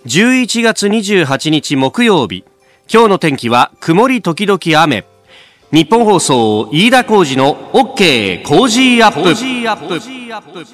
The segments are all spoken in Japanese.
11月28日木曜日、今日の天気は曇り時々雨。日本放送飯田浩司の OK コージーアップ。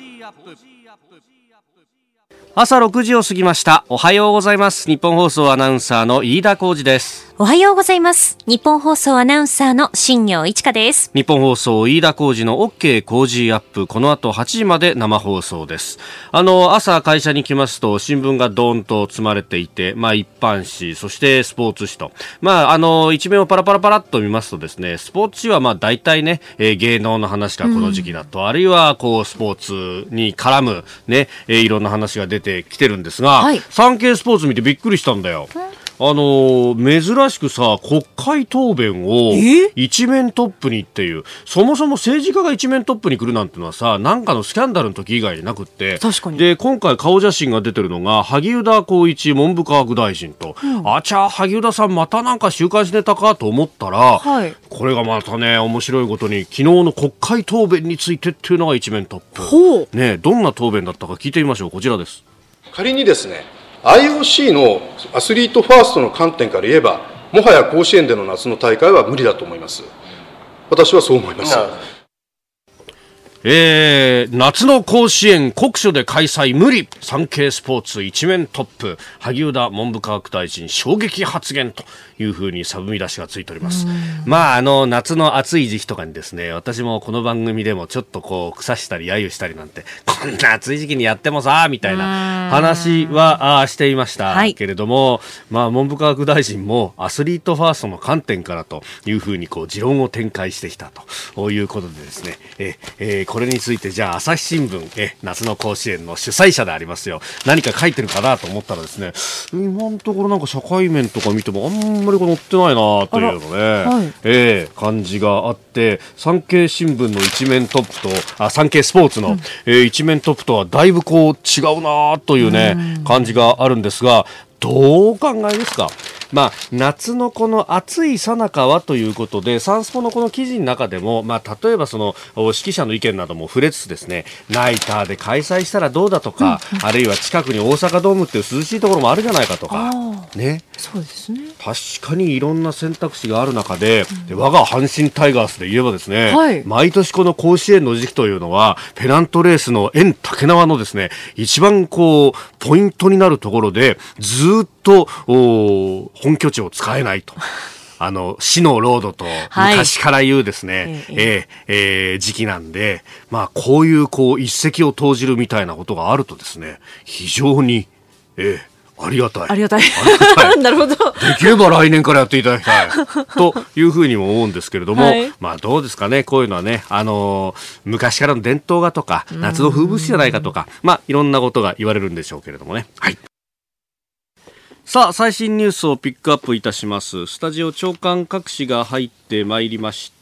朝6時を過ぎました。おはようございます。日本放送アナウンサーの飯田浩司です。 おはようございます。日本放送アナウンサーの新業一華です。 日本放送飯田浩司の OK コージーアップ、この後8時まで生放送です。朝会社に来ますと新聞がドーンと積まれていて、一般紙、そしてスポーツ紙と、一面をパラパラパラっと見ますとですね、スポーツ紙は大体ね、芸能の話がこの時期だと、あるいはスポーツに絡むね、いろんな話が出てきてるんですが、産経スポーツ見てびっくりしたんだよ。珍しくさ、国会答弁を一面トップにっていう、そもそも政治家が一面トップに来るなんてのはさ、なんかのスキャンダルの時以外になくって、 確かに。 で、今回顔写真が出てるのが萩生田光一文部科学大臣と、萩生田さんまたなんか週刊誌ネタかと思ったら、これがまたね、面白いことに昨日の国会答弁についてっていうのが一面トップ。ね、どんな答弁だったか聞いてみましょう。こちらです。 仮にですね、IOC のアスリートファーストの観点から言えば、もはや甲子園での夏の大会は無理だと思います。私はそう思います。 夏の甲子園酷暑で開催無理、産経スポーツ一面トップ、萩生田文部科学大臣衝撃発言というふうにサブ見出しがついております。夏の暑い時期とかにですね、私もこの番組でもちょっと腐したり揶揄したりなんて、こんな暑い時期にやってもさみたいな話はしていましたけれども、文部科学大臣もアスリートファーストの観点からというふうに持論を展開してきたということでですね、これについてじゃあ朝日新聞、夏の甲子園の主催者でありますよ、何か書いてるかなと思ったらですね、今のところなんか社会面とか見てもあんまり載ってないなというのね、感じがあって、産経新聞の一面トップと産経スポーツの、一面トップとはだいぶ違うなというね感じがあるんですが、どうお考えですか。夏のこの暑い最中はということで、サンスポのこの記事の中でも、例えばその指揮者の意見なども触れつつですね、ナイターで開催したらどうだとか、あるいは近くに大阪ドームっていう涼しいところもあるじゃないかとかね、 そうですね、 確かにいろんな選択肢がある中で、我が阪神タイガースで言えばですね、毎年この甲子園の時期というのはペナントレースの縁竹縄のですね、一番ポイントになるところでずっと本拠地を使えないと死のロードと昔から言うですね、時期なんで、こういう一石を投じるみたいなことがあるとですね、非常に、ありがたいなるほど。できれば来年からやっていただきたいというふうにも思うんですけれども、どうですかね、こういうのはね、昔からの伝統がとか夏の風物詩じゃないかとか、いろんなことが言われるんでしょうけれどもね。さあ、最新ニュースをピックアップいたします。スタジオ長官各紙が入ってまいりました。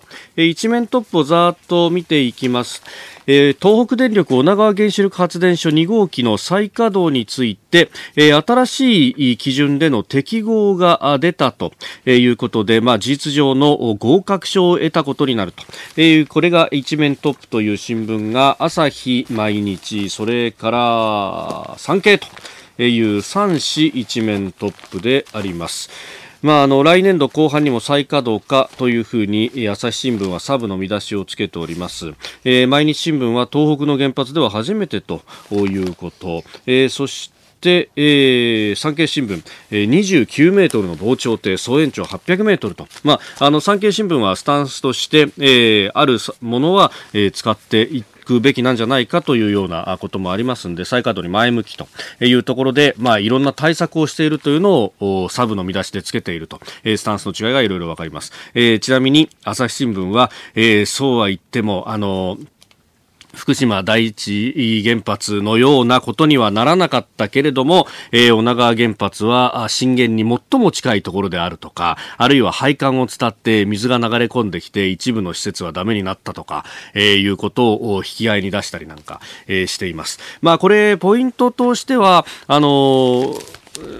一面トップをざーっと見ていきます。東北電力女川原子力発電所2号機の再稼働について、新しい基準での適合が出たということで、事実上の合格証を得たことになると、これが一面トップという新聞が朝日、毎日、それから産経という3紙一面トップであります。来年度後半にも再稼働かというふうに朝日新聞はサブの見出しをつけております。毎日新聞は東北の原発では初めてということ、そして産経新聞、29メートルの防潮堤総延長800メートルと、産経新聞はスタンスとして、あるものは、使っていくべきなんじゃないかというようなこともありますので、再稼働に前向きというところで、いろんな対策をしているというのをサブの見出しでつけていると、スタンスの違いがいろいろ分かります。ちなみに朝日新聞は、そうは言っても福島第一原発のようなことにはならなかったけれども、女川原発は震源に最も近いところであるとか、あるいは配管を伝って水が流れ込んできて一部の施設はダメになったとか、いうことを引き合いに出したりなんか、しています。これポイントとしては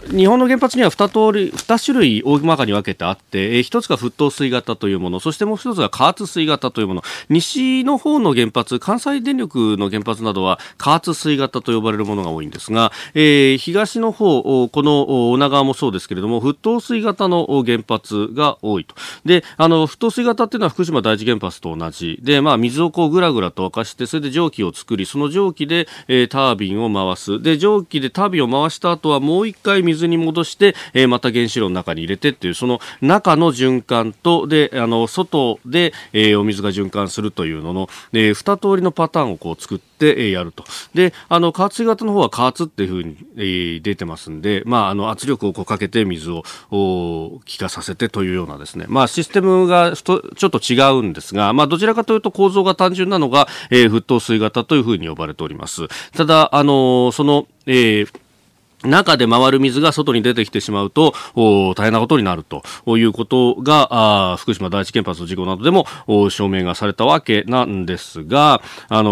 日本の原発には2種類大まかに分けてあって、一つが沸騰水型というもの、そしてもう一つが加圧水型というもの。西の方の原発、関西電力の原発などは加圧水型と呼ばれるものが多いんですが、東の方、この女川もそうですけれども、沸騰水型の原発が多いと。で、沸騰水型っていうのは福島第一原発と同じで、水をこうぐらぐらと沸かして、それで蒸気を作り、その蒸気で、タービンを回す。で、蒸気でタービンを回した後はもう一回水に戻して、また原子炉の中に入れてっていう、その中の循環と、で、外で、お水が循環するというのの、2通りのパターンをこう作ってやると。で、加圧水型の方は加圧っていう風に、出てますんで、圧力をこうかけて水を気化させてというようなですね、システムがちょっと違うんですが、どちらかというと構造が単純なのが、沸騰水型という風に呼ばれております。ただ、その、中で回る水が外に出てきてしまうと大変なことになるということが福島第一原発の事故などでも証明がされたわけなんですが、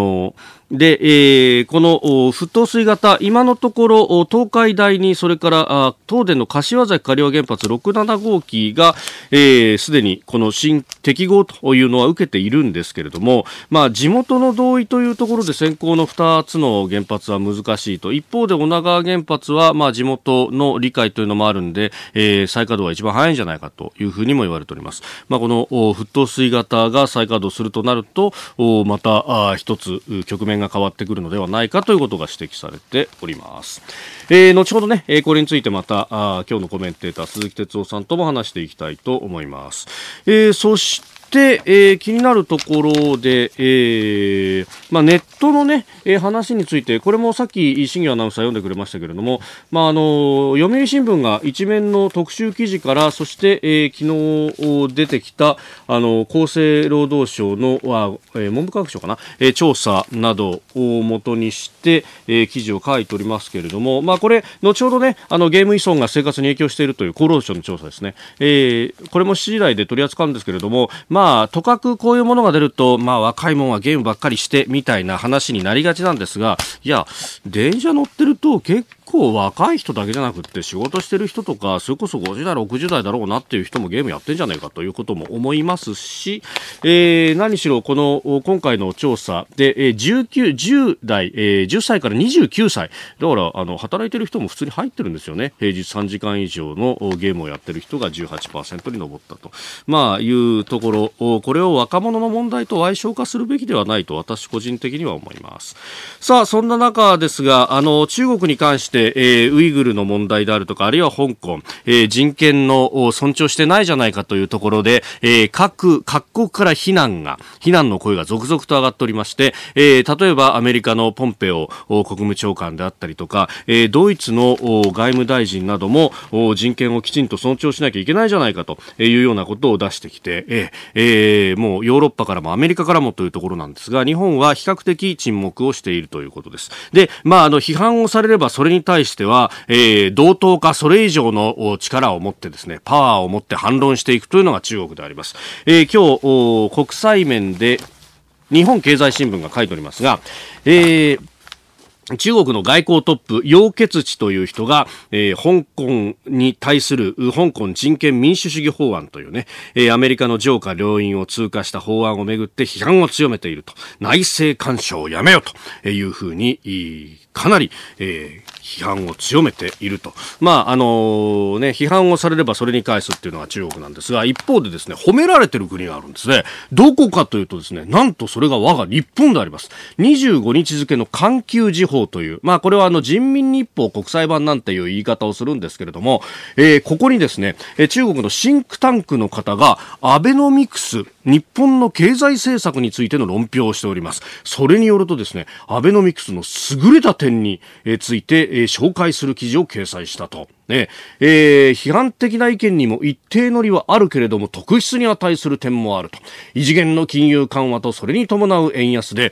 で、この沸騰水型、今のところ東海第二、それから東電の柏崎刈羽原発6、7号機がすでにこの新適合というのは受けているんですけれども、地元の同意というところで先行の2つの原発は難しいと。一方で女川原発は地元の理解というのもあるんで、再稼働は一番早いんじゃないかというふうにも言われております。この沸騰水型が再稼働するとなるとまた一つ局面が変わってくるのではないかということが指摘されております。後ほどね、これについてまた今日のコメンテーター鈴木哲夫さんとも話していきたいと思います。そして気になるところで、ネットのね、話について、これもさっき新業アナウンサー読んでくれましたけれども、読売新聞が一面の特集記事から、そして、昨日出てきた厚生労働省の文部科学省かな、調査などを元にして、記事を書いておりますけれども、これ後ほどね、ゲーム依存が生活に影響しているという厚労省の調査ですね。これも7時台で取り扱うんですけれども、とかくこういうものが出ると、若いもんはゲームばっかりしてみたいな話になりがちなんですが、いや、電車乗ってると結構若い人だけじゃなくって仕事してる人とか、それこそ50代60代だろうなっていう人もゲームやってんじゃないかということも思いますし、何しろこの今回の調査で10代、10歳から29歳だから働いてる人も普通に入ってるんですよね。平日3時間以上のゲームをやってる人が 18% に上ったと、いうところ、これを若者の問題と矮小化するべきではないと私個人的には思います。さあ、そんな中ですが、中国に関してウイグルの問題であるとか、あるいは香港、人権の尊重してないじゃないかというところで、各国から非難の声が続々と上がっておりまして、例えばアメリカのポンペオ国務長官であったりとか、ドイツの外務大臣なども人権をきちんと尊重しなきゃいけないじゃないかというようなことを出してきて、もうヨーロッパからもアメリカからもというところなんですが、日本は比較的沈黙をしているということです。で、批判をされればそれに対しては、同等かそれ以上の力を持ってですね、パワーを持って反論していくというのが中国であります。今日国際面で日本経済新聞が書いておりますが、中国の外交トップ楊潔チという人が、香港に対する香港人権民主主義法案というね、アメリカの上下両院を通過した法案をめぐって批判を強めていると。内政干渉をやめよというふうにかなり、批判を強めていると。批判をされればそれに返すっていうのが中国なんですが、一方でですね、褒められてる国があるんですね。どこかというとですね、なんとそれが我が日本であります。25日付の環球時報という、これは人民日報国際版なんていう言い方をするんですけれども、ここにですね、中国のシンクタンクの方がアベノミクス、日本の経済政策についての論評をしております。それによるとですね、アベノミクスの優れた点について紹介する記事を掲載したと。批判的な意見にも一定の理はあるけれども特筆に値する点もあると。異次元の金融緩和とそれに伴う円安で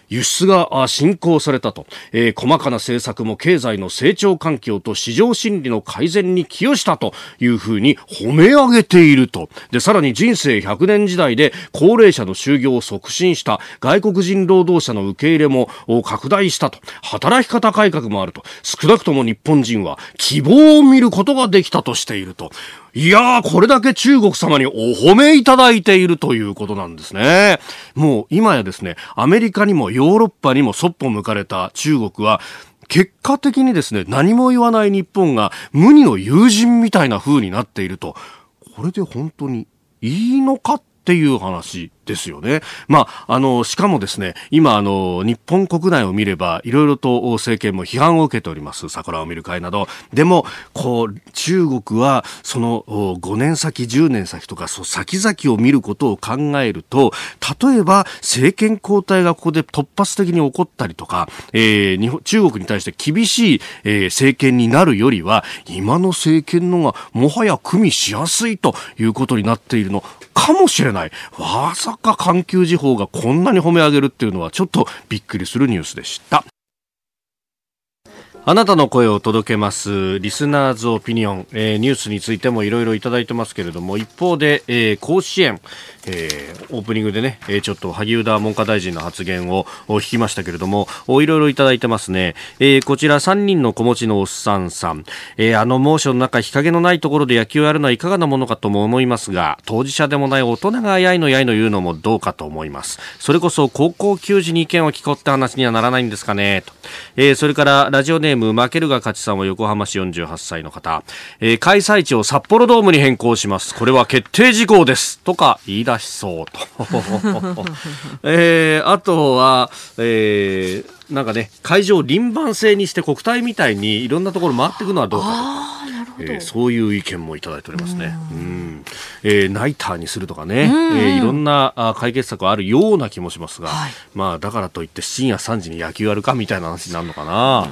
輸出が振興されたと、細かな政策も経済の成長環境と市場心理の改善に寄与したというふうに褒め上げていると。でさらに人生100年時代で高齢者の就業を促進した、外国人労働者の受け入れも拡大したと、働き方改革もあると、少なくとも日本人は希望を見ることができたとしていると。いやー、これだけ中国様にお褒めいただいているということなんですね。もう今やですね、アメリカにもヨーロッパにもそっぽ向かれた中国は、結果的にですね、何も言わない日本が無二の友人みたいな風になっていると。これで本当にいいのかっていう話ですよね。しかもですね、今日本国内を見ればいろいろと政権も批判を受けております。桜を見る会などでも、中国はその5年先10年先とか先々を見ることを考えると、例えば政権交代がここで突発的に起こったりとか、中国に対して厳しい、政権になるよりは、今の政権のがもはや組みしやすいということになっているのかもしれない。まさか環球時報がこんなに褒め上げるっていうのはちょっとびっくりするニュースでした。あなたの声を届けますリスナーズオピニオン、ニュースについてもいろいろいただいてますけれども、一方で、甲子園、オープニングでね、ちょっと萩生田文科大臣の発言を聞きましたけれども、いろいろいただいてますね。こちら3人の子持ちのおっさんさん、猛暑の中日陰のないところで野球をやるのはいかがなものかとも思いますが、当事者でもない大人がやいの言うのもどうかと思います。それこそ高校球児に意見を聞こうって話にはならないんですかねと。それからラジオネーム負けるが勝ちさんは横浜市48歳の方、開催地を札幌ドームに変更します。これは決定事項ですとか言い出しそうと、あとは、なんかね、会場を輪番制にして国体みたいにいろんなところ回っていくのはどうかと、そういう意見もいただいておりますね。ナイターにするとかね、いろんな解決策あるような気もしますが、だからといって深夜3時に野球やるかみたいな話になるのかな。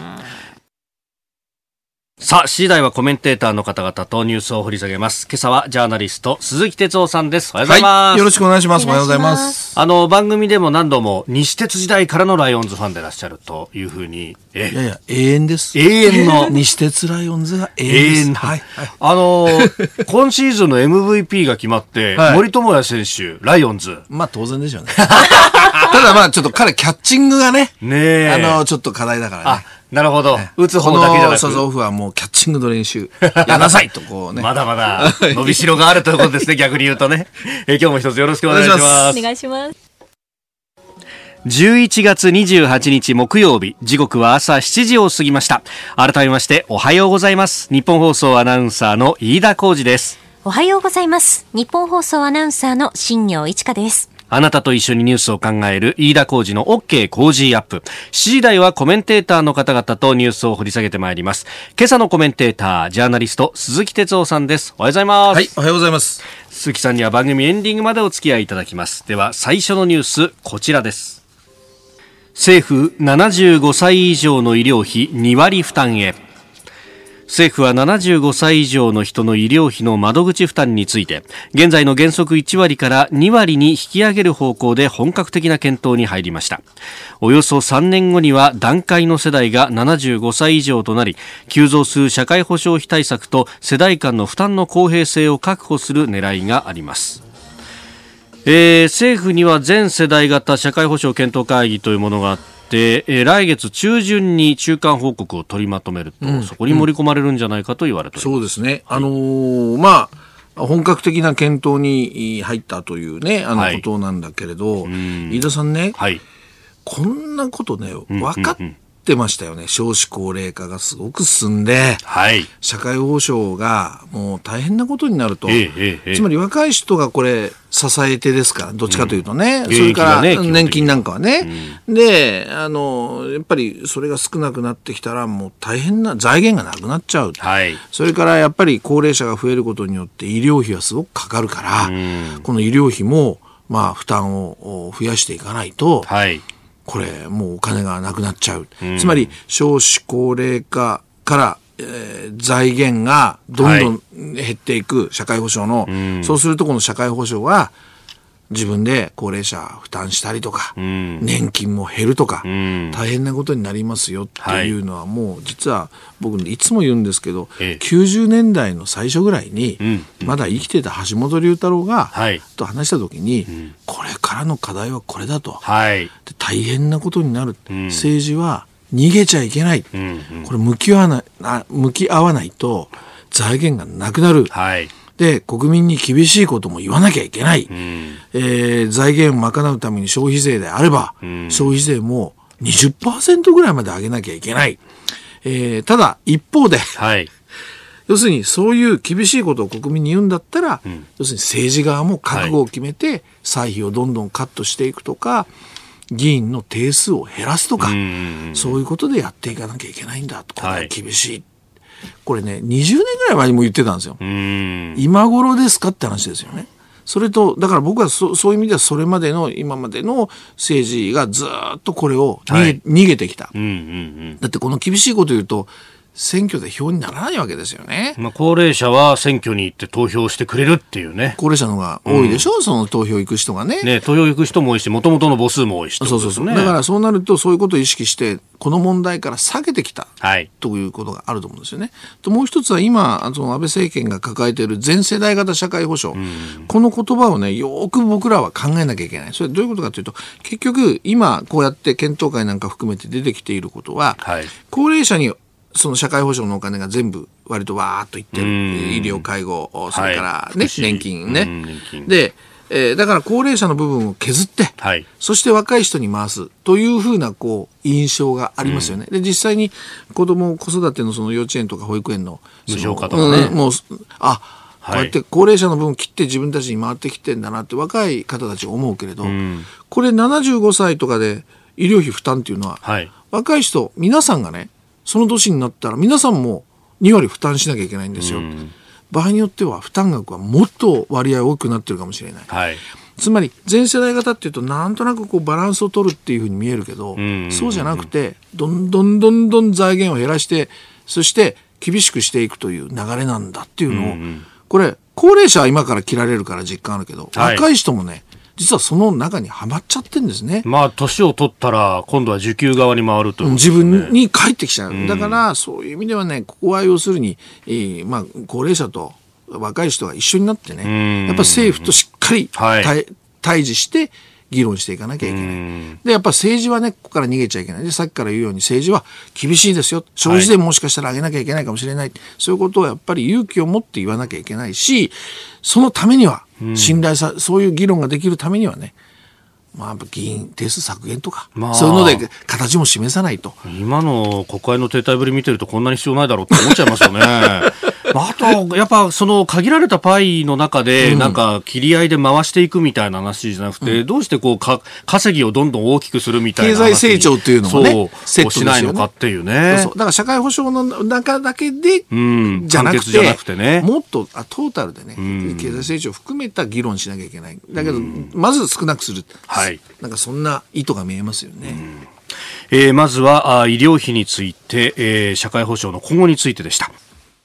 さあ、7時台はコメンテーターの方々とニュースを掘り下げます。今朝はジャーナリスト鈴木哲夫さんです。おはようございます。 よろしくお願いします。おはようございます。 番組でも何度も西鉄時代からのライオンズファンでいらっしゃるというふうに、 いや永遠です。 永遠の西鉄ライオンズが永遠です。 今シーズンの MVP が決まって、森友哉選手ライオンズ、 当然でしょうね。ただちょっと彼キャッチングがね、ちょっと課題だからね。 なるほど。打つ方だけじゃなくて。 オフはもうキャッチングの練習やなさいとこうね。 まだまだ伸びしろがあるということですね。逆に言うとね。今日も一つよろしくお願いします。 お願いします。 11月28日木曜日、時刻は朝7時を過ぎました。改めましておはようございます。日本放送アナウンサーの飯田浩司です。 おはようございます。日本放送アナウンサーの新業一華です。 あなたと一緒にニュースを考える飯田浩司の OK 工事アップ。7時台はコメンテーターの方々とニュースを掘り下げてまいります。今朝のコメンテーター、ジャーナリスト鈴木哲夫さんです。おはようございます。 はい、おはようございます。 鈴木さんには番組エンディングまでお付き合いいただきます。では最初のニュース、こちらです。政府75歳以上の医療費2割負担へ。政府は75歳以上の人の医療費の窓口負担について、現在の原則1割から2割に引き上げる方向で本格的な検討に入りました。およそ3年後には団塊の世代が75歳以上となり、急増する社会保障費対策と世代間の負担の公平性を確保する狙いがあります。政府には全世代型社会保障検討会議というものがあって、来月中旬に中間報告を取りまとめると、そこに盛り込まれるんじゃないかと言われております。 そうですね。本格的な検討に入ったというね、ことなんだけれど、飯田さんね、こんなことね、分かってましたよね。少子高齢化がすごく進んで、社会保障がもう大変なことになると、つまり若い人がこれ支え手ですから、どっちかというとね、それから年金なんかはね、でやっぱりそれが少なくなってきたらもう大変な財源がなくなっちゃう、それからやっぱり高齢者が増えることによって医療費はすごくかかるから、この医療費も負担を増やしていかないと、これもうお金がなくなっちゃう、つまり少子高齢化から、財源がどんどん減っていく社会保障の、そうするとこの社会保障は自分で高齢者負担したりとか、年金も減るとか、大変なことになりますよっていうのはもう実は僕いつも言うんですけど、90年代の最初ぐらいに、まだ生きてた橋本龍太郎が、と話した時に、これからの課題はこれだと、で大変なことになる、政治は逃げちゃいけない、これ向き合わないと財源がなくなる、で国民に厳しいことも言わなきゃいけない、財源を賄うために消費税であれば、消費税も 20% ぐらいまで上げなきゃいけない、ただ一方で、要するにそういう厳しいことを国民に言うんだったら、要するに政治側も覚悟を決めて、歳費をどんどんカットしていくとか、議員の定数を減らすとか、そういうことでやっていかなきゃいけないんだと。これは厳しい。これね、20年ぐらい前にも言ってたんですよ。今頃ですかって話ですよね。それと、だから僕はそういう意味ではそれまでの、今までの政治がずっとこれを逃げてきた。だってこの厳しいことを言うと、選挙で票にならないわけですよね。 高齢者は選挙に行って投票してくれるっていうね。 高齢者の方が多いでしょ、その投票行く人がね。 投票行く人も多いし、元々の母数も多いし、 そう。だからそうなると、そういうことを意識して、この問題から下げてきた、ということがあると思うんですよね。ともう一つは今、その安倍政権が抱えている全世代型社会保障、この言葉をね、よく僕らは考えなきゃいけない。それはどういうことかというと、結局、今、こうやって検討会なんか含めて出てきていることは、高齢者にその社会保障のお金が全部割とわーっといってる。医療、介護、それからね、年金ね。で、だから高齢者の部分を削って、そして若い人に回すというふうな印象がありますよね。で、実際に子育てのその幼稚園とか保育園の無償化とかね。 もう、こうやって高齢者の分を切って自分たちに回ってきてんだなって若い方たち思うけれど、これ75歳とかで医療費負担っていうのは、若い人、皆さんがね、その年になったら皆さんも2割負担しなきゃいけないんですよ。場合によっては負担額はもっと割合多くなってるかもしれない。つまり全世代型っていうとなんとなくバランスを取るっていうふうに見えるけど、そうじゃなくてどんどん財源を減らして、そして厳しくしていくという流れなんだっていうのを、これ高齢者は今から切られるから実感あるけど、若い人もね、実はその中にはまっちゃってるんですね。 年を取ったら今度は受給側に回るということですね。 自分に返ってきちゃう。だからそういう意味ではね、ここは要するに、高齢者と若い人が一緒になってね、やっぱ政府としっかり対峙して議論していかなきゃいけない。で、やっぱ政治はね、ここから逃げちゃいけない。で、さっきから言うように政治は厳しいですよ。消費税もしかしたら上げなきゃいけないかもしれない。そういうことをやっぱり勇気を持って言わなきゃいけないし、そのためには、そういう議論ができるためにはね、議員定数削減とか、そういうので形も示さないと。 今の国会の停滞ぶり見てるとこんなに必要ないだろうって思っちゃいますよね。あとやっぱその限られたパイの中でなんか切り合いで回していくみたいな話じゃなくて、どうして稼ぎをどんどん大きくするみたいな経済成長っていうのもね、 セットしないのかっていうね。 だから社会保障の中だけでじゃなくてね、もっとトータルでね、経済成長を含めた議論しなきゃいけない。だけどまず少なくする。なんかそんな意図が見えますよね。 まずは医療費について、社会保障の今後についてでした。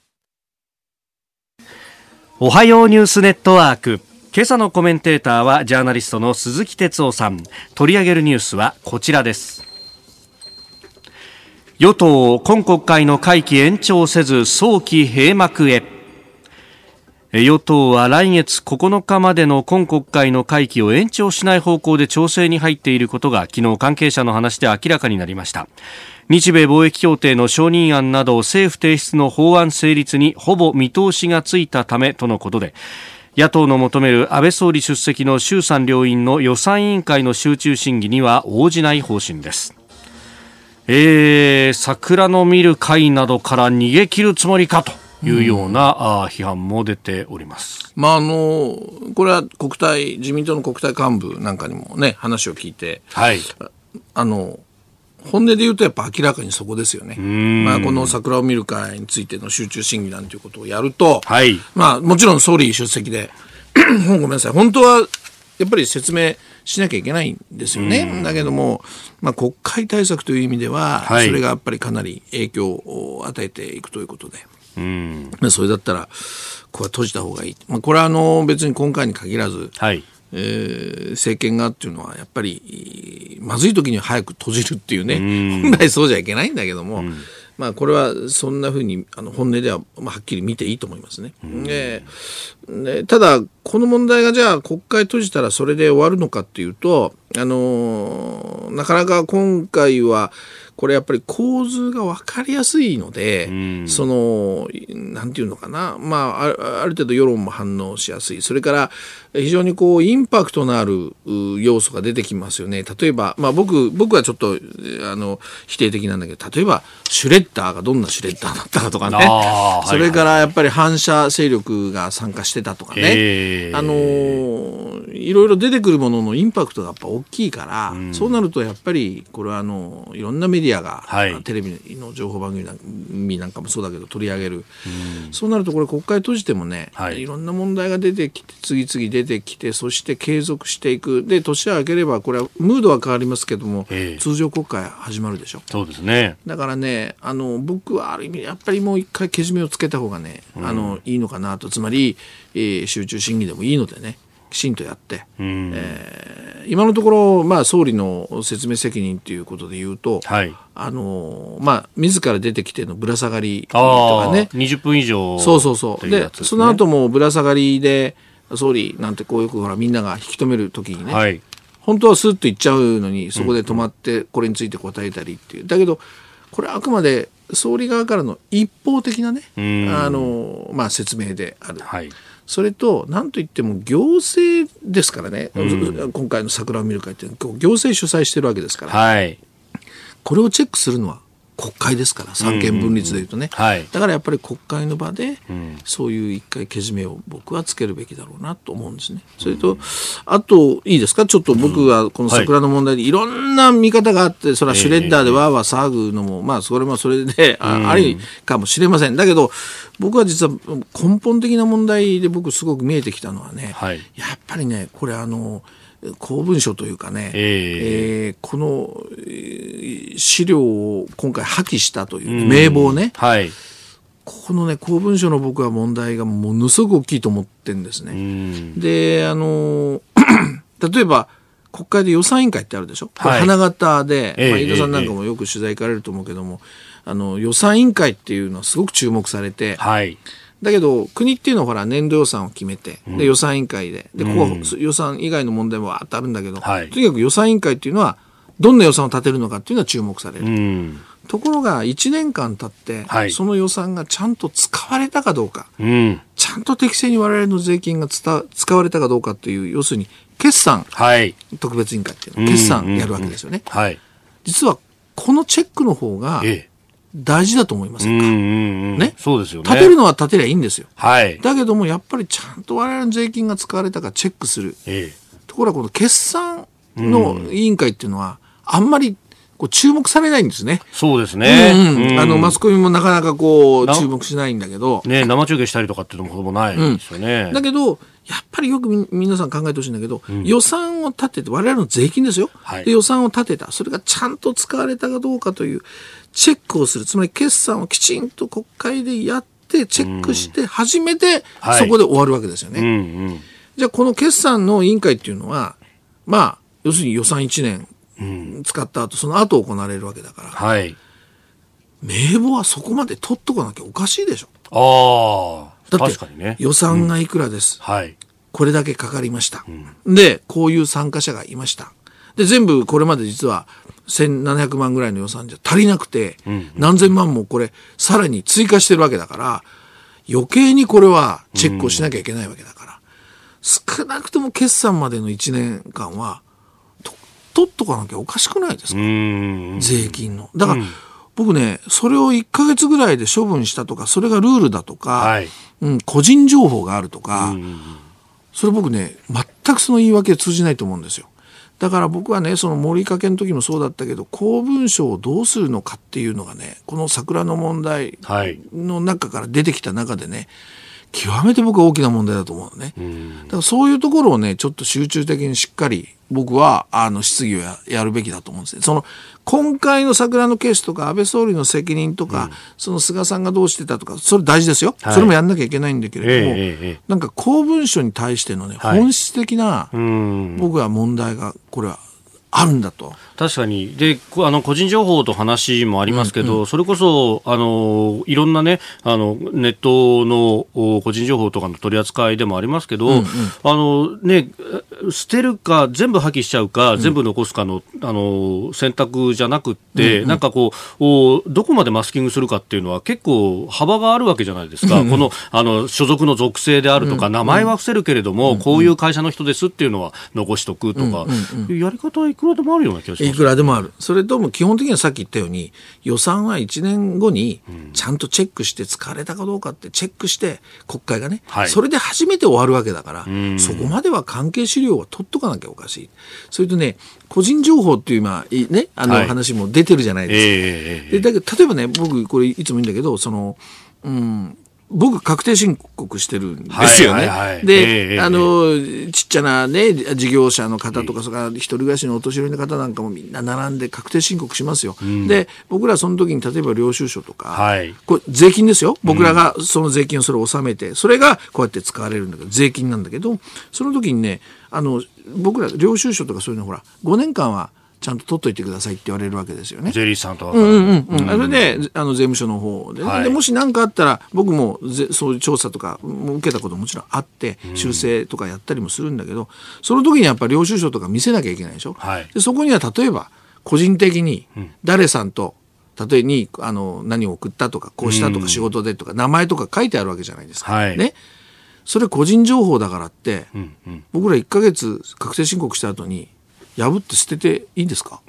おはようニュースネットワーク、今朝のコメンテーターはジャーナリストの鈴木哲夫さん。取り上げるニュースはこちらです。与党今国会の会期延長せず早期閉幕へ。与党は来月9日までの今国会の会期を延長しない方向で調整に入っていることが昨日関係者の話で明らかになりました。日米貿易協定の承認案など政府提出の法案成立にほぼ見通しがついたためとのことで、野党の求める安倍総理出席の衆参両院の予算委員会の集中審議には応じない方針です。桜の見る会などから逃げ切るつもりかというような批判も出ております。 これは自民党の国対幹部なんかにもね、話を聞いて、本音で言うとやっぱ明らかにそこですよね。この桜を見る会についての集中審議なんていうことをやると、もちろん総理出席でごめんなさい、本当はやっぱり説明しなきゃいけないんですよね。だけども、国会対策という意味では、それがやっぱりかなり影響を与えていくということで、それだったらこれは閉じた方がいい。これは別に今回に限らず、 政権がっていうのはやっぱりまずい時には早く閉じるっていうね、本来そうじゃいけないんだけども、まあ、これはそんなふうに本音でははっきり見ていいと思いますね。ただこの問題がじゃあ国会閉じたらそれで終わるのかっていうと、なかなか今回はこれやっぱり構図が分かりやすいので、なんていうのかな、まあ、ある程度世論も反応しやすい。それから非常にインパクトのある要素が出てきますよね。例えば、まあ、僕はちょっと否定的なんだけど、例えばシュレッダーがどんなシュレッダーだったかとかね、それからやっぱり反社勢力が参加してたとかね、いろいろ出てくるもののインパクトがやっぱ大きいから、そうなるとやっぱりこれはいろんなメディアが、テレビの情報番組なんかもそうだけど取り上げる、そうなるとこれ国会閉じてもね、いろんな問題が出てきて次々出てきて、そして継続していく。で年が明ければこれはムードは変わりますけども、通常国会始まるでしょ。 そうですね。 だからね、僕はある意味やっぱりもう一回けじめをつけた方がね、いいのかなと。つまり、集中審議でもいいのでね、きちんとやって、今のところ、まあ、総理の説明責任ということで言うと、まあ、自ら出てきてのぶら下がりとかね、 20分以上、 そうで、その後もぶら下がりで総理なんてこうよくほらみんなが引き止めるときにね、本当はスッと行っちゃうのにそこで止まってこれについて答えたりっていう、だけどこれあくまで総理側からの一方的なね、まあ、説明である。それと何といっても行政ですからね、今回の桜を見る会って行政主催してるわけですから、これをチェックするのは国会ですから、三権分立でいうとね、だからやっぱり国会の場でそういう一回けじめを僕はつけるべきだろうなと思うんですね。それとあといいですか、ちょっと僕はこの桜の問題でいろんな見方があって、それはシュレッダーでわーわー騒ぐのも、まあそれもそれでありかもしれません。だけど僕は実は根本的な問題で僕すごく見えてきたのはね、やっぱりね、これ公文書というかね、この資料を今回破棄したという、名簿をね、このね公文書の僕は問題がものすごく大きいと思ってるんですね。で例えば国会で予算委員会ってあるでしょ、これ花形で、飯田さんなんかもよく取材行かれると思うけども、予算委員会っていうのはすごく注目されて、だけど国っていうのはほら年度予算を決めて、で予算委員会でここは予算以外の問題もわーっとあるんだけど、とにかく予算委員会っていうのはどんな予算を立てるのかっていうのは注目される。ところが1年間経って、その予算がちゃんと使われたかどうか、ちゃんと適正に我々の税金が使われたかどうかという、要するに決算、特別委員会っていうの決算やるわけですよね。実はこのチェックの方が大事だと思いませんか？ね、そうですよね。立てるのは立てりゃいいんですよ。だけどもやっぱりちゃんと我々の税金が使われたかチェックする。ところがこの決算の委員会っていうのはあんまり注目されないんですね。そうですね。マスコミもなかなか注目しないんだけど、 ね、生中継したりとかっていうのもほぼないですよね。 だけどやっぱりよく皆さん考えてほしいんだけど、予算を立てて、我々の税金ですよ、で予算を立てた、それがちゃんと使われたかどうかというチェックをする、つまり決算をきちんと国会でやってチェックして初めてそこで終わるわけですよね。じゃあこの決算の委員会っていうのは、まあ要するに予算1年使った後、その後行われるわけだから、名簿はそこまで取っとかなきゃおかしいでしょ。だって予算がいくらです、これだけかかりました、でこういう参加者がいました、で全部これまで実は1700万ぐらいの予算じゃ足りなくて、何千万もこれさらに追加してるわけだから、余計にこれはチェックをしなきゃいけないわけだから、少なくとも決算までの1年間は取っとかなきゃおかしくないですか、税金の。だから、僕ね、それを1ヶ月ぐらいで処分したとか、それがルールだとか、個人情報があるとか、それ僕ね、全くその言い訳通じないと思うんですよ。だから僕はね、その盛りかけの時もそうだったけど、公文書をどうするのかっていうのがね、この桜の問題の中から出てきた中でね、 極めて僕は大きな問題だと思うね。だからそういうところをね、ちょっと集中的にしっかり僕は質疑を やるべきだと思うんですね。その今回の桜のケースとか安倍総理の責任とか、その菅さんがどうしてたとか、それ大事ですよ、はい、それもやんなきゃいけないんだけれども、なんか公文書に対してのね、本質的な、僕は問題がこれはあるんだと。 確かに。で、個人情報と話もありますけど、それこそ、いろんなね、ネットの個人情報とかの取り扱いでもありますけど、ね、捨てるか、全部破棄しちゃうか、全部残すかの、選択じゃなくって、なんかこう、どこまでマスキングするかっていうのは結構幅があるわけじゃないですか。この、所属の属性であるとか、名前は伏せるけれども、こういう会社の人ですっていうのは残しとくとか、やり方はいくらでもあるような気がします。 いくらでもある。それとも基本的にはさっき言ったように、予算は1年後にちゃんとチェックして使われたかどうかってチェックして国会がね、それで初めて終わるわけだから、そこまでは関係資料は取っとかなきゃおかしい。それとね、個人情報っていう今ね、話も出てるじゃないですか。でだけど例えばね、僕これいつも言うんだけど、僕確定申告してるんですよね。で、ちっちゃなね、事業者の方とか、それから一人暮らしのお年寄りの方なんかもみんな並んで確定申告しますよ。で、僕らその時に例えば領収書とか、これ税金ですよ。僕らがその税金をそれを納めて、それがこうやって使われるんだけど、税金なんだけど、その時にね、僕ら領収書とかそういうのほら、5年間はちゃんと取っといてくださいって言われるわけですよね。 税理士さんとか。 それで、税務署の方で、でもし何かあったら、僕もそういう調査とか受けたことももちろんあって、修正とかやったりもするんだけど、その時にやっぱり領収書とか見せなきゃいけないでしょ。でそこには例えば、個人的に誰さんと、例えに何を送ったとか、こうしたとか仕事でとか、名前とか書いてあるわけじゃないですか。ね。それ個人情報だからって、僕ら1ヶ月確定申告した後に、破って捨てていいんですか？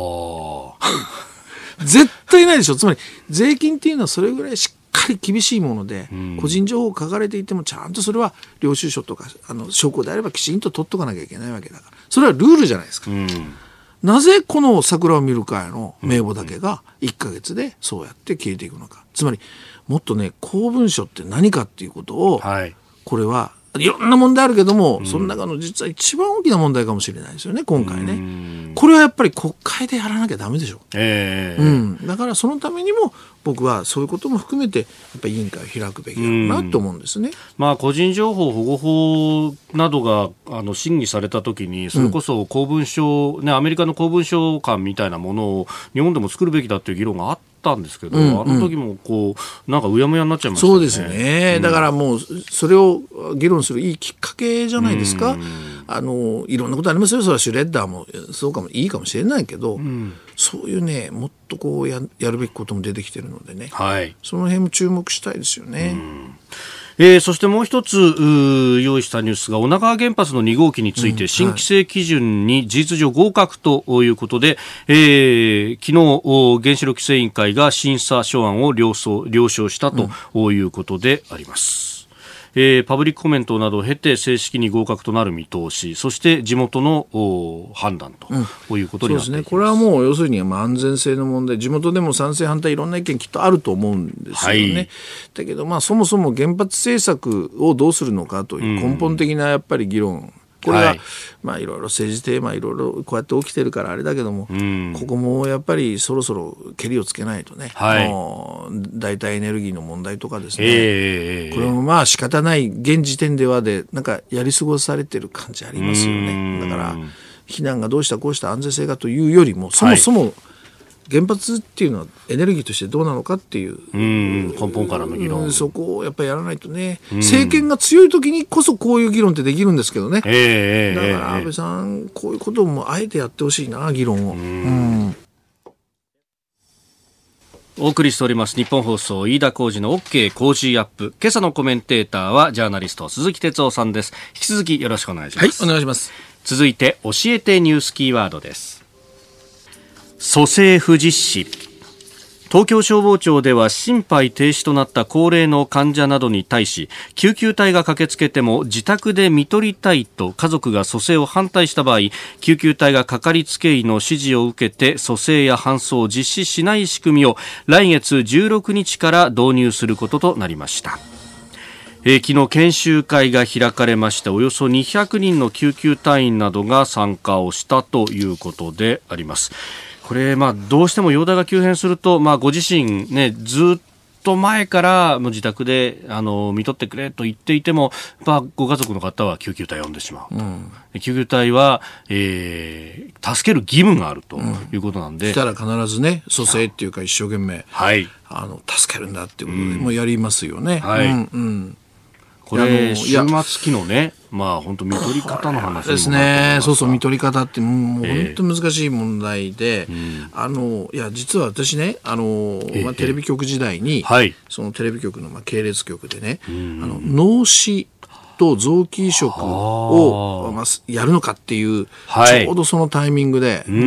絶対ないでしょ。つまり税金っていうのはそれぐらいしっかり厳しいもので、個人情報書かれていてもちゃんとそれは領収書とか証拠であればきちんと取っとかなきゃいけないわけだから、それはルールじゃないですか。なぜこの桜を見る会の名簿だけが1ヶ月でそうやって消えていくのか。つまりもっとね、公文書って何かっていうことを、これはいろんな問題あるけども、その中の実は一番大きな問題かもしれないですよね、今回ね。これはやっぱり国会でやらなきゃダメでしょ。だからそのためにも僕はそういうことも含めてやっぱり委員会を開くべきだなと思うんですね。 個人情報保護法などが審議されたときに、それこそ公文書、アメリカの公文書館みたいなものを日本でも作るべきだという議論があったんですけど、あの時もなんかうやむやになっちゃいましたね。 そうですね。だからもうそれを議論するいいきっかけじゃないですか。いろんなことありますよ。それはシュレッダーもそうかもいいかもしれないけど、そういうね、もっとやるべきことも出てきてるのでね、その辺も注目したいですよね。 そしてもう一つ用意したニュースが、女川原発の2号機について新規制基準に事実上合格ということで、昨日原子力規制委員会が審査書案を了承したということであります。パブリックコメントなどを経て正式に合格となる見通し、そして地元の判断ということになっています。そうですね。これはもう要するに安全性の問題、地元でも賛成反対いろんな意見きっとあると思うんですよね。だけどそもそも原発政策をどうするのかという根本的なやっぱり議論、これがいろいろ政治テーマいろいろこうやって起きてるからあれだけども、ここもやっぱりそろそろけりをつけないとね、代替エネルギーの問題とかですね、これも仕方ない現時点ではなんかやり過ごされてる感じありますよね。だから避難がどうしたこうした安全性がというよりも、そもそも原発っていうのはエネルギーとしてどうなのかっていう根本からの議論、 そこをやっぱりやらないとね、政権が強い時にこそこういう議論ってできるんですけどね。だから安倍さんこういうこともあえてやってほしいな、議論を。 お送りしております日本放送飯田浩司の OK 工事アップ。今朝のコメンテーターはジャーナリスト鈴木哲夫さんです。引き続きよろしくお願いします。 お願いします。 続いて教えてニュースキーワードです。蘇生不実施。東京消防庁では心肺停止となった高齢の患者などに対し、救急隊が駆けつけても自宅で看取りたいと家族が蘇生を反対した場合、救急隊がかかりつけ医の指示を受けて蘇生や搬送を実施しない仕組みを来月16日から導入することとなりました。 昨日研修会が開かれまして、およそ200人の救急隊員などが参加をしたということであります。これ、どうしても容体が急変すると、ご自身ね、ずっと前からもう自宅で見とってくれと言っていても、ご家族の方は救急隊を呼んでしまう、救急隊は、助ける義務があるということなんで、 来たら必ずね、蘇生っていうか一生懸命、助けるんだっていうことで、もうやりますよね。 これ終末期のね、本当見取り方の話ですね。そう見取り方ってもう本当難しい問題で、実は私ね、テレビ局時代に、そのテレビ局の系列局でね、脳死と臓器移植をやるのかっていう、ちょうどそのタイミングで、もう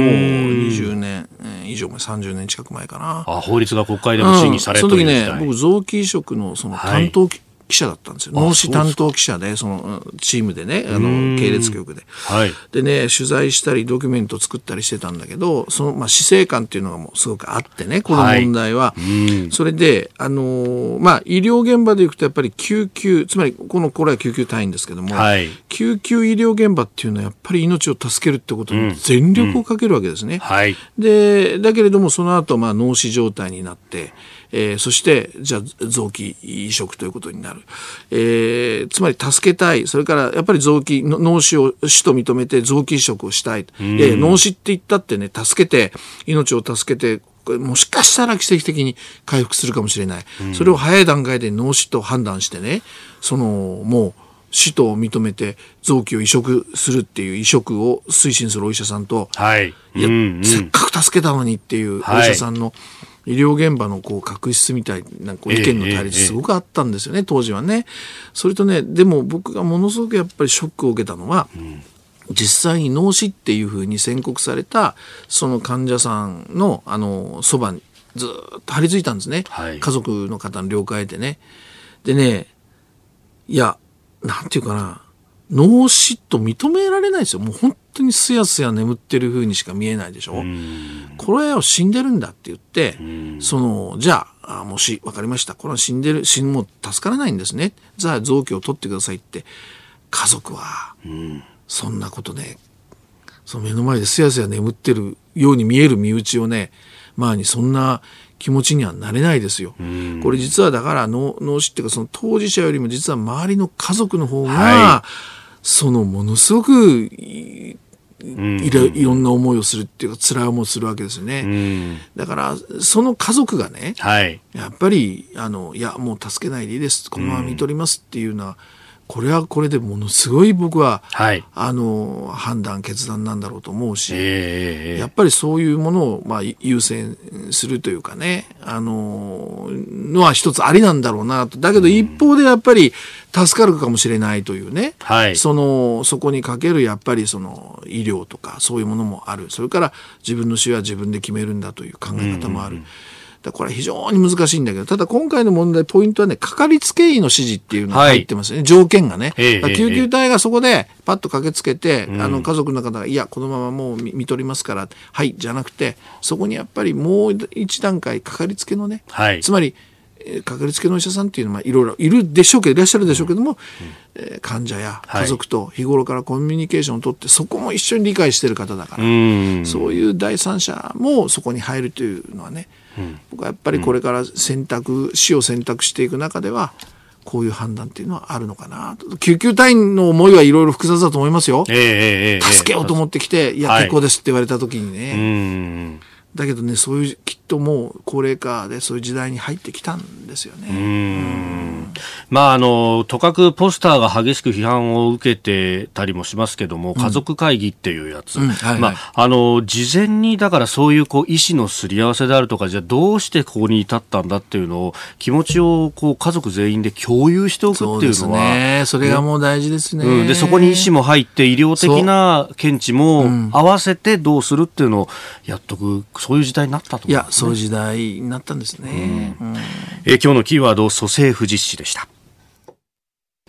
20年以上前、30年近く前かな。 法律が国会でも審議されてるみたい。 その時ね、僕臓器移植のその担当記者だったんですよ。脳死担当記者で、そのチームでね、系列局で。でね、取材したりドキュメント作ったりしてたんだけど、その、死生観っていうのがもうすごくあってね、この問題は。それで、医療現場で行くとやっぱり救急、つまりこれは救急隊員ですけども、救急医療現場っていうのはやっぱり命を助けるってことに全力をかけるわけですね。で、だけれどもその後、脳死状態になって、そしてじゃあ臓器移植ということになる、つまり助けたい、それからやっぱり脳死を死と認めて臓器移植をしたい、脳死って言ったってね、助けて命を助けてもしかしたら奇跡的に回復するかもしれない、それを早い段階で脳死と判断してね、もう死と認めて臓器を移植するっていう移植を推進するお医者さんと、せっかく助けたのにっていうお医者さんの医療現場の確執みたいな意見の対立すごくあったんですよね、当時はね。それとね、でも僕がものすごくやっぱりショックを受けたのは、実際に脳死っていうふうに宣告されたその患者さんのそばにずっと張り付いたんですね、家族の方の了解でね。でね、なんていうかな、脳死と認められないですよ。もう本当にすやすや眠ってる風にしか見えないでしょ。これは死んでるんだって言って、じゃあ、もし分かりました。これは死んでる、もう助からないんですね。じゃあ臓器を取ってくださいって、家族は、そんなことね、その目の前ですやすや眠ってるように見える身内をね、にそんな気持ちにはなれないですよ。これ実はだから脳死っていうか、その当事者よりも実は周りの家族の方が、ものすごくいろんな思いをするっていうか、辛い思いをするわけですよね。だからその家族がね、やっぱりもう助けないでいいです、このまま見とりますっていうのは、これはこれでものすごい僕は、判断決断なんだろうと思うし、やっぱりそういうものを優先するというかね、のは一つありなんだろうなと。だけど一方でやっぱり助かるかもしれないというね、そこにかけるやっぱりその医療とかそういうものもある。それから自分の死は自分で決めるんだという考え方もある。これは非常に難しいんだけど、ただ今回の問題、ポイントはね、かかりつけ医の指示っていうのが入ってますね、条件がね。救急隊がそこでパッと駆けつけて、家族の方が、このままもう見取りますから、じゃなくて、そこにやっぱりもう一段階、かかりつけのね、つまり、かかりつけのお医者さんっていうのはいろいろいらっしゃるでしょうけども、患者や家族と日頃からコミュニケーションを取って、そこも一緒に理解している方だから、そういう第三者もそこに入るというのはね、僕はやっぱりこれから死を選択していく中では、こういう判断っていうのはあるのかなと。救急隊員の思いはいろいろ複雑だと思いますよ。助けようと思ってきて、結構ですって言われた時にね。だけどね、そういうきっともう高齢化でそういう時代に入ってきたんですよね。 とかくポスターが激しく批判を受けてたりもしますけども、家族会議っていうやつ、事前にだからそういう意思のすり合わせであるとか、じゃあどうしてここに至ったんだっていうのを、気持ちを家族全員で共有しておくっていうのは、そうですね、それがもう大事ですね。 でそこに医師も入って医療的な見地も合わせてどうするっていうのをやっとく、そういう時代になったと思うんですね。 そういう時代になったんですね。 今日のキーワード、蘇生不実施でした。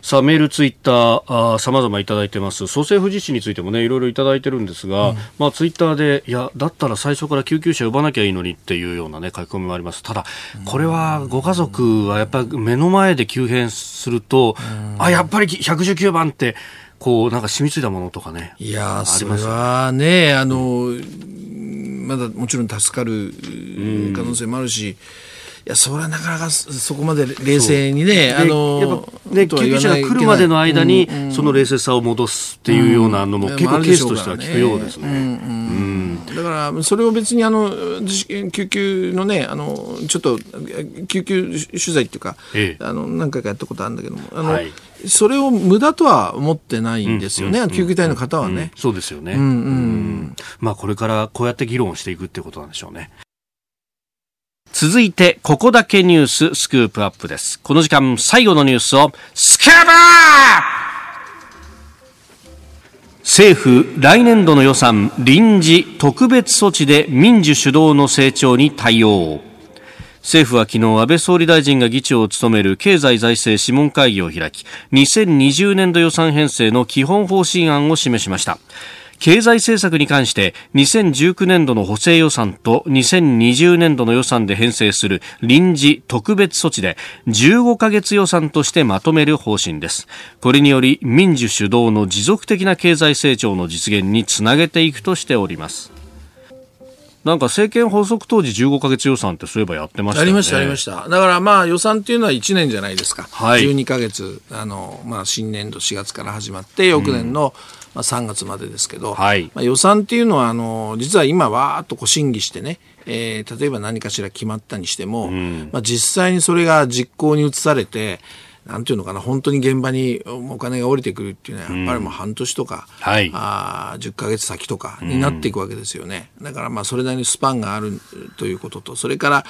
さあメールツイッター様々いただいてます。総政府実施についてもねいろいろいただいてるんですが、まあツイッターでいやだったら最初から救急車呼ばなきゃいいのにっていうようなね書き込みもあります。ただこれはご家族はやっぱり目の前で急変するとやっぱり119番ってこうなんか染みついたものとかね。 いやそれはねまだもちろん助かる可能性もあるし、いやそれはなかなかそこまで冷静にね救急車が来るまでの間にその冷静さを戻すっていうようなのも結構ケースとしては聞くようですね。 だからそれを別に救急のねちょっと救急取材っていうか、何回かやったことあるんだけどもそれを無駄とは思ってないんですよね、救急隊の方はね。 そうですよね。まあこれからこうやって議論をしていくっていうことなんでしょうね。続いてここだけニューススクープアップです。この時間最後のニュースをスクープアップ。政府来年度の予算臨時特別措置で民需主導の成長に対応。政府は昨日安倍総理大臣が議長を務める経済財政諮問会議を開き、2020年度予算編成の基本方針案を示しました。経済政策に関して2019年度の補正予算と2020年度の予算で編成する臨時特別措置で15ヶ月予算としてまとめる方針です。これにより民需主導の持続的な経済成長の実現につなげていくとしております。なんか政権発足当時15ヶ月予算ってそういえばやってましたよね。 ありました。だからまあ予算っていうのは1年じゃないですか、12ヶ月新年度4月から始まって翌年の3月までですけど、予算っていうのは実は今わーっとこう審議してね、例えば何かしら決まったにしても、実際にそれが実行に移されてなんていうのかな、本当に現場にお金が降りてくるっていうのはやっぱりもう半年とか、10ヶ月先とかになっていくわけですよね。だからそれなりにスパンがあるということと、それから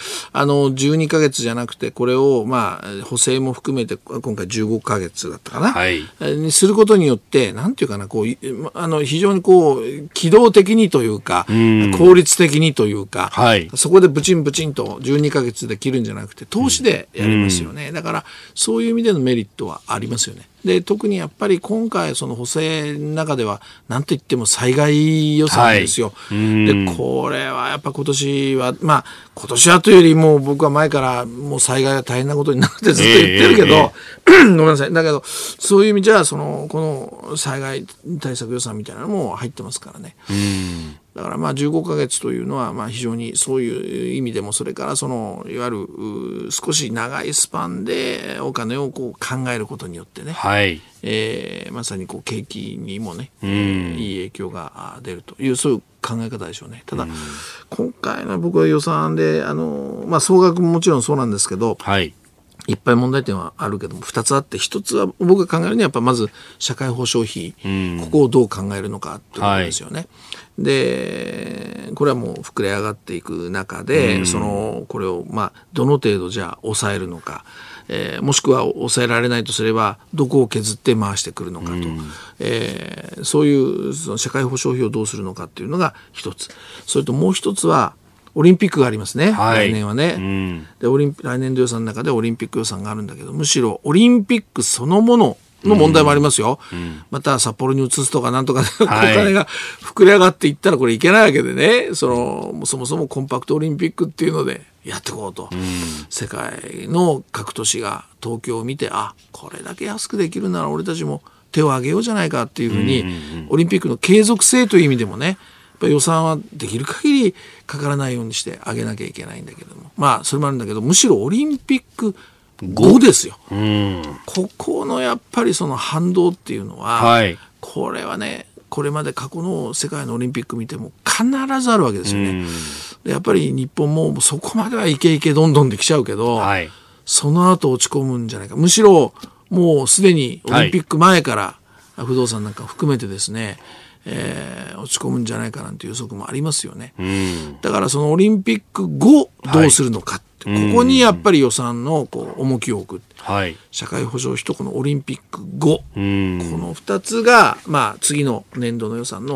12ヶ月じゃなくてこれを補正も含めて今回15ヶ月だったかな、にすることによってなんていうかな、こう非常にこう機動的にというか、効率的にというか、そこでブチンブチンと12ヶ月で切るんじゃなくて投資でやりますよね。だからそういう意味でのメリットはありますよね。で特にやっぱり今回その補正の中では何といっても災害予算ですよ、でこれはやっぱ今年は今年はというよりも僕は前からもう災害が大変なことになるってずっと言ってるけど、ごめんなさい、だけどそういう意味じゃこの災害対策予算みたいなのも入ってますからね。だから15ヶ月というのは非常にそういう意味でも、それからいわゆる少し長いスパンでお金をこう考えることによってね、まさにこう景気にもね、いい影響が出るというそういう考え方でしょうね。ただ、今回の僕は予算で総額ももちろんそうなんですけど、いっぱい問題点はあるけども2つあって、1つは僕が考えるにはやっぱまず社会保障費、ここをどう考えるのかということですよね。でこれはもう膨れ上がっていく中で、これをどの程度じゃあ抑えるのか、もしくは抑えられないとすればどこを削って回してくるのかと、そういうその社会保障費をどうするのかっていうのが一つ。それともう一つはオリンピックがありますね、来年はね、で来年度予算の中でオリンピック予算があるんだけど、むしろオリンピックそのものの問題もありますよ、また札幌に移すとかなんとかでお金が膨れ上がっていったらこれいけないわけでね、そもそもコンパクトオリンピックっていうのでやっていこうと、世界の各都市が東京を見てこれだけ安くできるなら俺たちも手を挙げようじゃないかっていうふうに、オリンピックの継続性という意味でもね、予算はできる限りかからないようにして上げなきゃいけないんだけども、それもあるんだけど、むしろオリンピック後ですよ、ここのやっぱりその反動っていうのは、これはね、これまで過去の世界のオリンピック見ても必ずあるわけですよね。でやっぱり日本もそこまではイケイケどんどんできちゃうけど、その後落ち込むんじゃないか、むしろもうすでにオリンピック前から不動産なんか含めてですね、落ち込むんじゃないかなんていう予測もありますよね。だからそのオリンピック後どうするのかって、ここにやっぱり予算のこう重きを置く、社会保障費とこのオリンピック後、この2つが次の年度の予算の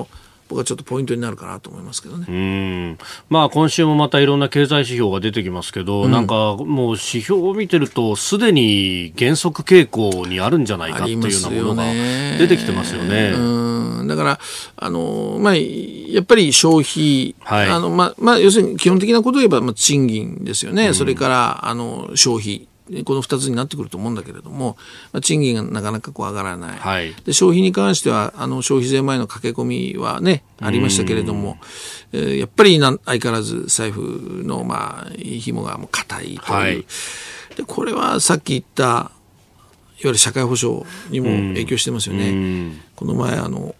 僕はちょっとポイントになるかなと思いますけどね。 まあ、今週もまたいろんな経済指標が出てきますけど、なんかもう指標を見てるとすでに減速傾向にあるんじゃないかっていうようなものが出てきてますよね。 だからまあ、やっぱり消費、はい、要するに基本的なことを言えば、賃金ですよね。それから消費、この2つになってくると思うんだけれども、賃金がなかなか上がらない、はい、で消費に関しては消費税前の駆け込みはねありましたけれども、やっぱり相変わらず財布の紐がもう硬いという、はい、でこれはさっき言ったいわゆる社会保障にも影響してますよね。この前老後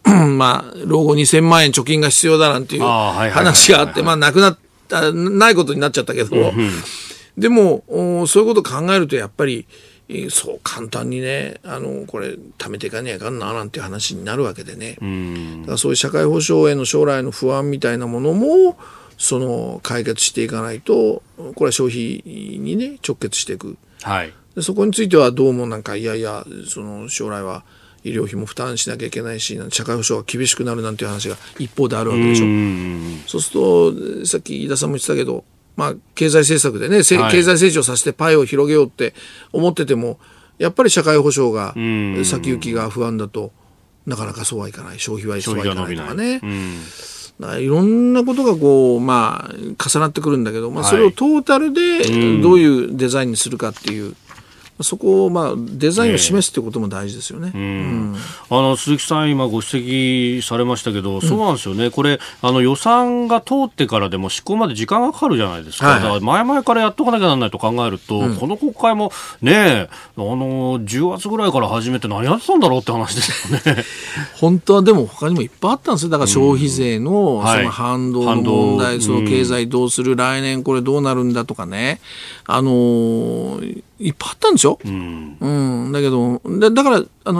2000万円貯金が必要だなんていう話があって、ないことになっちゃったけど、でもそういうことを考えるとやっぱりそう簡単にねこれ貯めていかにはいかんななんていう話になるわけでね。だからそういう社会保障への将来の不安みたいなものも解決していかないとこれは消費にね直結していく、はい、でそこについてはどうもいや将来は医療費も負担しなきゃいけないし社会保障が厳しくなるなんていう話が一方であるわけでしょ。そうするとさっき飯田さんも言ってたけど経済政策でね、経済成長させてパイを広げようって思っててもやっぱり社会保障が先行きが不安だとなかなかそうはいかない、消費はそうはいかないとかね、だからいろんなことが重なってくるんだけど、それをトータルでどういうデザインにするかっていう、そこをデザインを示すということも大事ですよね。 鈴木さん今ご指摘されましたけど、そうなんですよね。これ予算が通ってからでも執行まで時間がかかるじゃないですか。だから前々からやっとかなきゃならないと考えると、この国会もね10月ぐらいから始めて何やってたんだろうって話ですよね。 本当はでも他にもいっぱいあったんですよ。だから消費税の反動の問題、経済どうする、来年これどうなるんだとかね、いっぱいあったんでしょ。だけどだから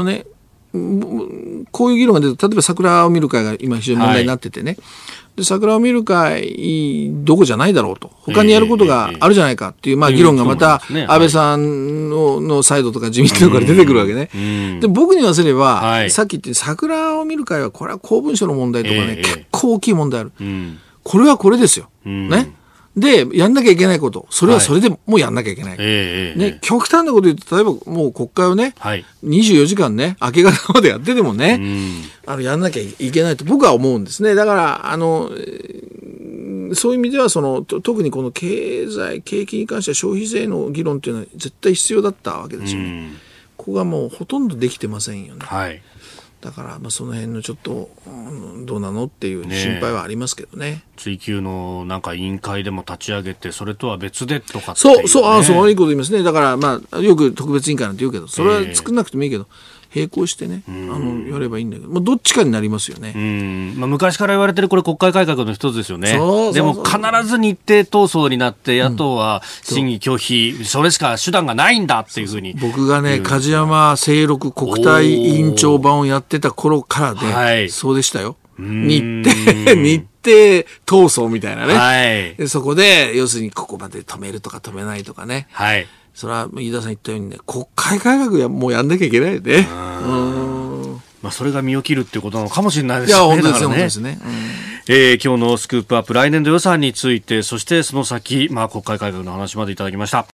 こういう議論が出て、例えば桜を見る会が今非常に問題になっててね、で桜を見る会どこじゃないだろうと、他にやることがあるじゃないかっていう、議論がまた安倍さんのサイドとか自民党から出てくるわけね。で僕に言わせれば、さっき言って桜を見る会はこれは公文書の問題とかね、結構大きい問題ある。これはこれですよ。ね。でやんなきゃいけないこと、それはそれでもうやんなきゃいけない、ね、極端なこと言うと例えばもう国会をね、24時間ね明け方までやっててもね、やんなきゃいけないと僕は思うんですね。だからそういう意味では特にこの景気に関しては消費税の議論というのは絶対必要だったわけですよね。ここがもうほとんどできてませんよね。だからその辺のちょっと、どうなのっていう心配はありますけどね。 追及の委員会でも立ち上げてそれとは別でとかっていう、ね、そういいこと言いますね。だからよく特別委員会なんて言うけどそれは作んなくてもいいけど、並行してねやればいいんだけど、どっちかになりますよね。 昔から言われてるこれ国会改革の一つですよね。でも必ず日程闘争になって野党は審議拒否、それしか手段がないんだっていうふうに。 僕がね梶山清六国対委員長版をやってた頃からで、そうでしたよ。日程闘争みたいなね、でそこで要するにここまで止めるとか止めないとかね、それは飯田さん言ったようにね、国会改革はもうやんなきゃいけないよね。 それが身を切るっていうことなのかもしれないですね。 いや本当ですね、本当ですね。 今日のスクープアップ、来年度予算について、そしてその先、国会改革の話までいただきました。